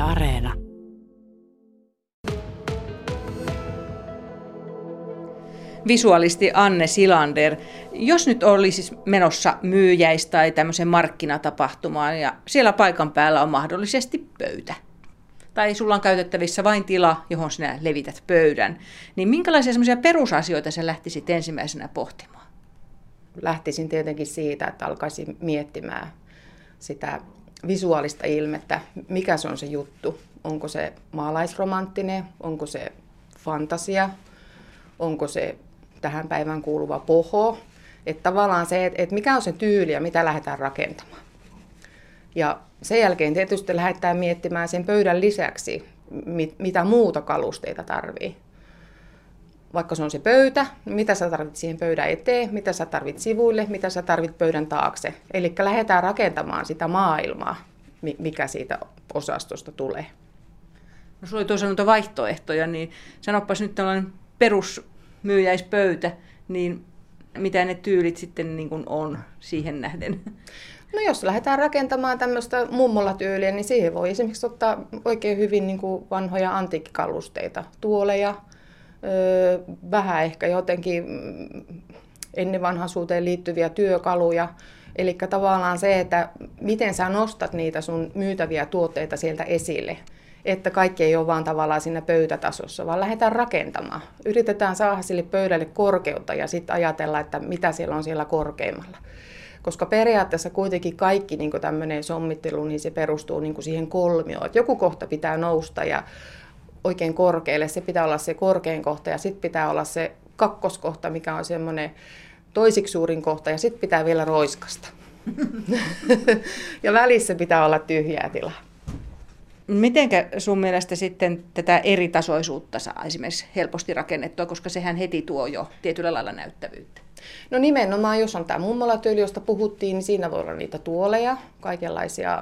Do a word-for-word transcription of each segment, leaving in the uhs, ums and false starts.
Areena. Visualisti Anne Silander, jos nyt olisi menossa myyjäis- tai tämmöisen markkinatapahtumaan ja siellä paikan päällä on mahdollisesti pöytä, tai sulla on käytettävissä vain tila, johon sinä levität pöydän, niin minkälaisia semmoisia perusasioita sä lähtisit ensimmäisenä pohtimaan? Lähtisin tietenkin siitä, että alkaisin miettimään sitä visuaalista ilmettä, mikä se on se juttu. Onko se maalaisromanttinen, onko se fantasia, onko se tähän päivään kuuluva poho. Että tavallaan se, että mikä on se tyyli ja mitä lähdetään rakentamaan. Ja sen jälkeen tietysti lähdetään miettimään sen pöydän lisäksi, mitä muuta kalusteita tarvii. Vaikka se on se pöytä, mitä sä tarvit siihen pöydän eteen, mitä sä tarvit sivuille, mitä sä tarvit pöydän taakse. Eli lähdetään rakentamaan sitä maailmaa, mikä siitä osastosta tulee. No sulla oli tuossa noita vaihtoehtoja, niin sanoppas nyt tällainen perusmyyjäispöytä, niin mitä ne tyylit sitten niin kuin on siihen nähden? No jos lähdetään rakentamaan tämmöistä mummolatyyliä, niin siihen voi esimerkiksi ottaa oikein hyvin niin kuin vanhoja antiikkikalusteita, tuoleja, öö, vähän ehkä jotenkin ennen vanhaisuuteen liittyviä työkaluja. Eli tavallaan se, että miten sä nostat niitä sun myytäviä tuotteita sieltä esille. Että kaikki ei ole vaan tavallaan siinä pöytätasossa, vaan lähdetään rakentamaan. Yritetään saada sille pöydälle korkeutta ja sitten ajatella, että mitä siellä on siellä korkeimmalla. Koska periaatteessa kuitenkin kaikki niin tämmöinen sommittelu, niin se perustuu niin siihen kolmioon. Että joku kohta pitää nousta ja oikein korkealle, se pitää olla se korkein kohta ja sitten pitää olla se kakkoskohta, mikä on semmoinen toisiksi suurin kohta ja sitten pitää vielä roiskasta. Ja välissä pitää olla tyhjää tilaa. Mitenkä sun mielestä sitten tätä eri tasoisuutta saa esimerkiksi helposti rakennettua, koska sehän heti tuo jo tietyllä lailla näyttävyyttä? No nimenomaan, jos on tämä mummolatyyli, josta puhuttiin, niin siinä voi olla niitä tuoleja, kaikenlaisia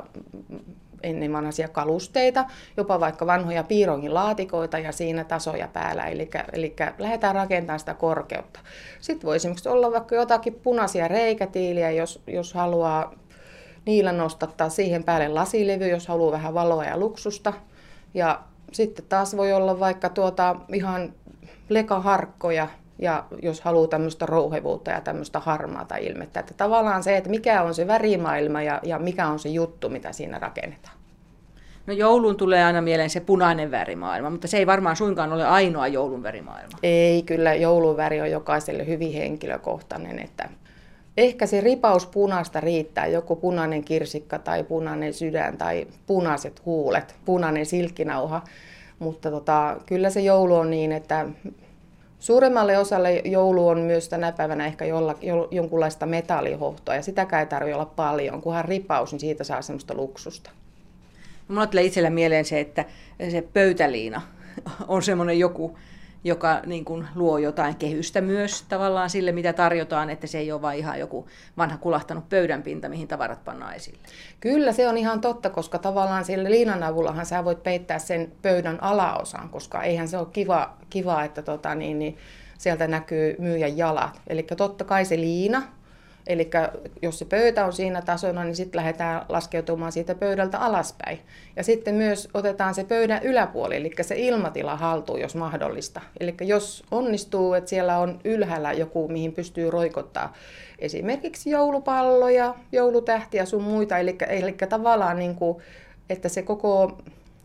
ennen vanhaisia kalusteita, jopa vaikka vanhoja piirongin laatikoita ja siinä tasoja päällä, eli, eli lähdetään rakentamaan sitä korkeutta. Sitten voi esimerkiksi olla vaikka jotakin punaisia reikätiiliä, jos, jos haluaa niillä nostattaa siihen päälle lasilevy, jos haluaa vähän valoa ja luksusta. Ja sitten taas voi olla vaikka tuota ihan lekaharkkoja, ja jos haluaa tämmöistä rouhevuutta ja tämmöistä harmaata ilmettä. Että tavallaan se, että mikä on se värimaailma ja, ja mikä on se juttu, mitä siinä rakennetaan. No jouluun tulee aina mieleen se punainen värimaailma, mutta se ei varmaan suinkaan ole ainoa joulun värimaailma. Ei, kyllä joulun väri on jokaiselle hyvin henkilökohtainen, että ehkä se ripaus punaista riittää, joku punainen kirsikka tai punainen sydän tai punaiset huulet, punainen silkkinauha, mutta tota, kyllä se joulu on niin, että suuremmalle osalle joulu on myös tänä päivänä ehkä jolla, jo, jonkunlaista metallihohtoa ja sitäkään ei tarvitse olla paljon, kunhan ripaus, niin siitä saa semmoista luksusta. Mulla tulee itsellä mieleen se, että se pöytäliina on semmoinen joku, joka niin kuin luo jotain kehystä myös tavallaan sille, mitä tarjotaan, että se ei ole vain ihan joku vanha kulahtanut pöydänpinta, mihin tavarat pannaan esille. Kyllä se on ihan totta, koska tavallaan sillä liinan avullahan sä voit peittää sen pöydän alaosaan, koska eihän se ole kiva, kiva että tota, niin, niin, sieltä näkyy myyjän jalat. Eli totta kai se liina, eli jos se pöytä on siinä tasona, niin sitten lähdetään laskeutumaan siitä pöydältä alaspäin. Ja sitten myös otetaan se pöydän yläpuoli, eli se ilmatila haltuun, jos mahdollista. Eli jos onnistuu, että siellä on ylhäällä joku, mihin pystyy roikottaa esimerkiksi joulupalloja, joulutähtiä sun muita, eli, eli tavallaan niin kuin, että se koko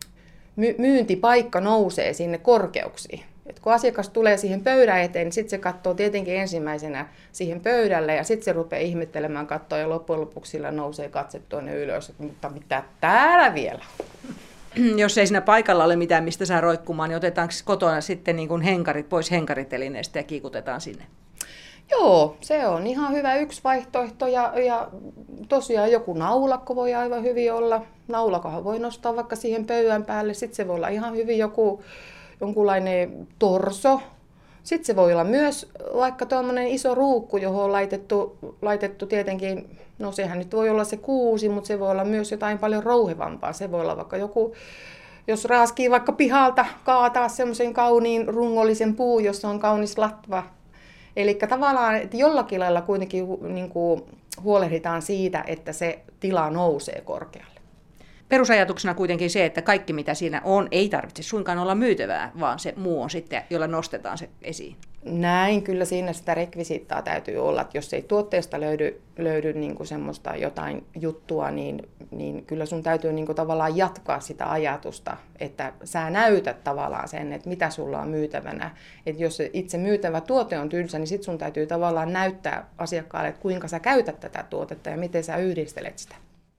myyntipaikka nousee sinne korkeuksiin. Et kun asiakas tulee siihen pöydän eteen, niin sitten se katsoo tietenkin ensimmäisenä siihen pöydälle ja sitten se rupeaa ihmettelemään katsoa ja loppujen lopuksi sillä nousee katse tuonne ylös, että mutta mitä täällä vielä on? Jos ei siinä paikalla ole mitään, mistä saa roikkumaan, niin otetaanko kotona sitten niin kuin henkarit pois henkaritelineestä ja kiikutetaan sinne? Joo, se on ihan hyvä yksi vaihtoehto ja, ja tosiaan joku naulakko voi aivan hyvin olla. Naulakohan voi nostaa vaikka siihen pöydän päälle, sitten se voi olla ihan hyvin joku jonkunlainen torso. Sitten se voi olla myös vaikka tuommoinen iso ruukku, johon on laitettu, laitettu tietenkin, no sehän nyt voi olla se kuusi, mutta se voi olla myös jotain paljon rouhevampaa. Se voi olla vaikka joku, jos raaskii vaikka pihalta, kaataa semmoisen kauniin rungollisen puu, jossa on kaunis latva. Eli tavallaan, että jollakin lailla kuitenkin niin kuin huolehditaan siitä, että se tila nousee korkealle. Perusajatuksena kuitenkin se, että kaikki mitä siinä on ei tarvitse suinkaan olla myytävää, vaan se muu on sitten, jolla nostetaan se esiin. Näin, kyllä siinä sitä rekvisiittaa täytyy olla, että jos ei tuotteesta löydy, löydy niin kuin semmoista jotain juttua, niin, niin kyllä sun täytyy niin kuin tavallaan jatkaa sitä ajatusta, että sä näytät tavallaan sen, että mitä sulla on myytävänä. Että jos se itse myytävä tuote on tylsä, niin sit sun täytyy tavallaan näyttää asiakkaalle, että kuinka sä käytät tätä tuotetta ja miten sä yhdistelet sitä.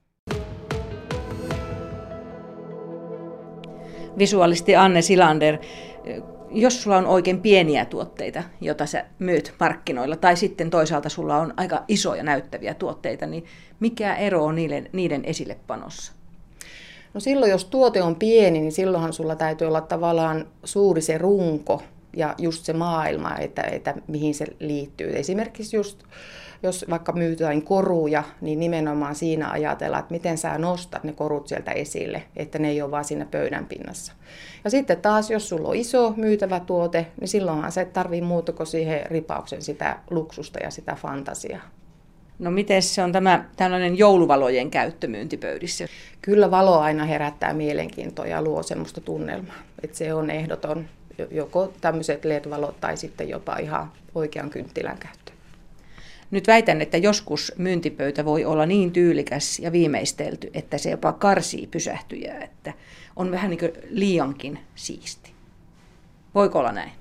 Visuaalisti Anne Silander, jos sulla on oikein pieniä tuotteita, joita sä myyt markkinoilla, tai sitten toisaalta sulla on aika isoja näyttäviä tuotteita, niin mikä ero on niiden, niiden esillepanossa? No silloin, jos tuote on pieni, niin silloinhan sulla täytyy olla tavallaan suuri se runko ja just se maailma, että, että mihin se liittyy. Esimerkiksi just jos vaikka myytään koruja, niin nimenomaan siinä ajatellaan, että miten sä nostat ne korut sieltä esille, että ne ei ole vaan siinä pöydän pinnassa. Ja sitten taas, jos sulla on iso myytävä tuote, niin silloinhan se tarvii muuta kuin siihen ripauksen sitä luksusta ja sitä fantasiaa. No miten se on tämä tällainen jouluvalojen käyttö myyntipöydissä? Kyllä valo aina herättää mielenkiintoa ja luo semmoista tunnelmaa, että se on ehdoton joko tämmöiset L E D-valot tai sitten jopa ihan oikean kynttilän käyttö. Nyt väitän, että joskus myyntipöytä voi olla niin tyylikäs ja viimeistelty, että se jopa karsii pysähtyjää, että on vähän niin kuin liiankin siisti. Voiko olla näin?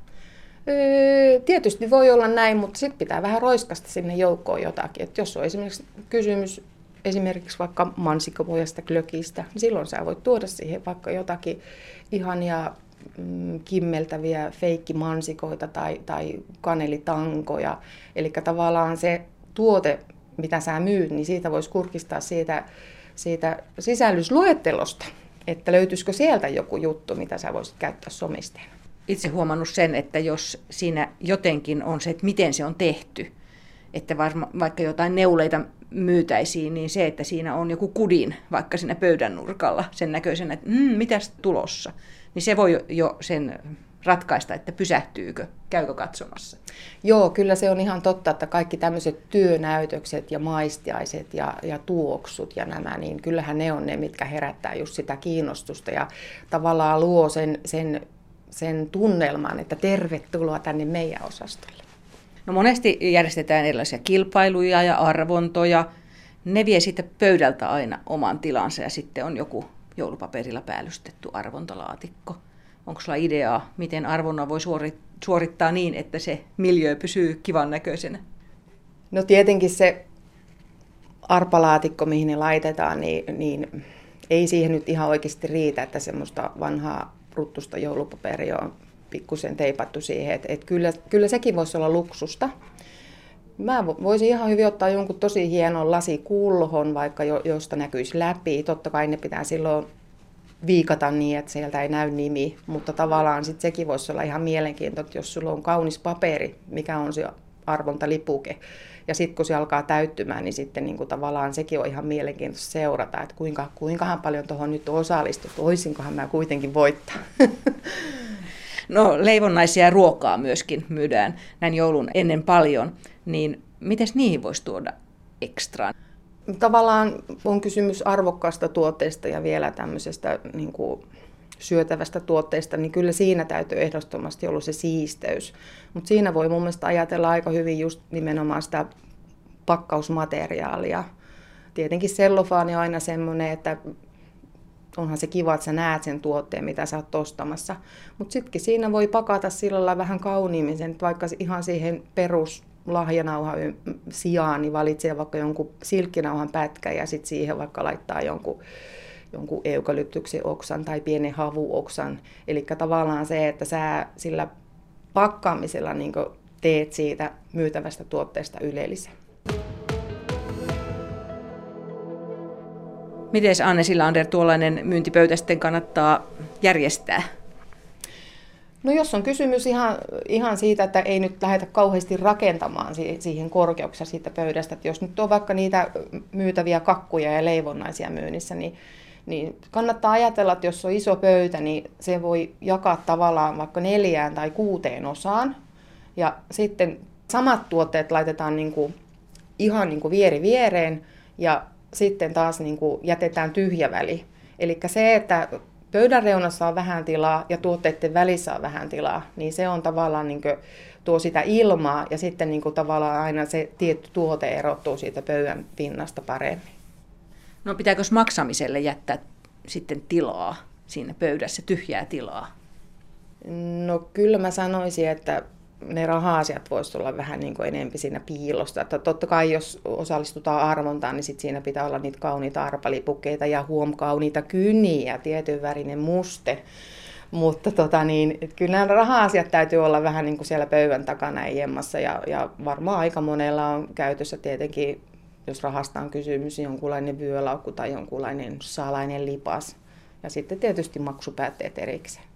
Öö, tietysti voi olla näin, mutta sitten pitää vähän roiskasta sinne joukkoon jotakin. Et jos on esimerkiksi kysymys esimerkiksi vaikka mansikkapojasta, glökistä, niin silloin sä voit tuoda siihen vaikka jotakin ihania kimmeltäviä feikkimansikoita tai, tai kanelitankoja. Eli tavallaan se tuote, mitä sä myyt, niin siitä voisi kurkistaa siitä, siitä sisällysluettelosta, että löytyisikö sieltä joku juttu, mitä sä voisit käyttää somisteena. Itse huomannut sen, että jos siinä jotenkin on se, että miten se on tehty, että varma, vaikka jotain neuleita myytäisiin, niin se, että siinä on joku kudin vaikka siinä pöydän nurkalla sen näköisenä, että mm, mitäs tulossa, niin se voi jo sen ratkaista, että pysähtyykö, käykö katsomassa. Joo, kyllä se on ihan totta, että kaikki tämmöiset työnäytökset ja maistiaiset ja, ja tuoksut ja nämä, niin kyllähän ne on ne, mitkä herättää just sitä kiinnostusta ja tavallaan luo sen, sen, sen tunnelman, että tervetuloa tänne meidän osastolle. No monesti järjestetään erilaisia kilpailuja ja arvontoja. Ne vie siitä pöydältä aina oman tilansa ja sitten on joku joulupaperilla päällystetty arvontalaatikko. Onko sulla ideaa, miten arvonnan voi suorittaa niin, että se miljöö pysyy kivan näköisenä? No tietenkin se arpalaatikko, mihin ne laitetaan, niin, niin ei siihen nyt ihan oikeasti riitä, että semmoista vanhaa ruttusta joulupaperia on pikkusen teipattu siihen. Että et kyllä, kyllä sekin voisi olla luksusta. Mä voisin ihan hyvin ottaa jonkun tosi hienon lasikulhon, vaikka jo, josta näkyisi läpi. Totta kai ne pitää silloin viikata niin, että sieltä ei näy nimi, mutta tavallaan sit sekin voisi olla ihan mielenkiintoista, jos sulla on kaunis paperi, mikä on se arvontalipuke. Ja sitten kun se alkaa täyttymään, niin sitten niin kuin tavallaan sekin on ihan mielenkiintoista seurata, että kuinka, kuinkahan paljon tuohon nyt on osallistuttu, voisinkohan mä kuitenkin voittaa. No leivonnaisia ruokaa myöskin myydään näin joulun ennen paljon, niin miten niihin voisi tuoda ekstraan? Tavallaan on kysymys arvokkaasta tuotteesta ja vielä tämmöisestä niin kuin syötävästä tuotteesta, niin kyllä siinä täytyy ehdottomasti olla se siisteys. Mutta siinä voi mun mielestä ajatella aika hyvin just nimenomaan sitä pakkausmateriaalia. Tietenkin sellofaani on aina semmoinen, että onhan se kiva, että sä näet sen tuotteen, mitä sä oot ostamassa. Mutta sittenkin siinä voi pakata sillä lailla vähän kauniimmin sen, että vaikka ihan siihen perus lahjanauhan sijaan, niin valitsee vaikka jonkun silkkinauhan pätkän ja sitten siihen vaikka laittaa jonkun, jonkun eukalyptyksen oksan tai pienen havuoksan. Eli tavallaan se, että sä sillä pakkaamisella niin teet siitä myytävästä tuotteesta ylellisen. Miten Anne Silander tuollainen myyntipöytä sitten kannattaa järjestää? No jos on kysymys ihan, ihan siitä, että ei nyt lähdetä kauheasti rakentamaan siihen korkeuksia siitä pöydästä, että jos nyt on vaikka niitä myytäviä kakkuja ja leivonnaisia myynnissä, niin, niin kannattaa ajatella, että jos on iso pöytä, niin se voi jakaa tavallaan vaikka neljään tai kuuteen osaan. Ja sitten samat tuotteet laitetaan niin kuin, ihan niin kuin vieri viereen ja sitten taas niin kuin jätetään tyhjä väli. Eli se, että pöydän reunassa on vähän tilaa ja tuotteiden välissä on vähän tilaa, niin se on tavallaan niin kuin tuo sitä ilmaa ja sitten niin kuin tavallaan aina se tietty tuote erottuu siitä pöydän pinnasta paremmin. No pitääkö maksamiselle jättää sitten tilaa siinä pöydässä, tyhjää tilaa? No kyllä mä sanoisin, että ne raha-asiat voisi olla vähän niin kuin enemmän siinä piilosta. Että totta kai jos osallistutaan arvontaan, niin sit siinä pitää olla niitä kauniita arpalipukkeita ja huom kauniita kyniä, tietyn värinen muste. Mutta tota niin, kyllä nämä raha-asiat täytyy olla vähän niin kuin siellä pöydän takana jemmassa ja, ja varmaan aika monella on käytössä tietenkin, jos rahasta on kysymys, jonkunlainen vyölaukku tai jonkunlainen salainen lipas. Ja sitten tietysti maksupäätteet erikseen.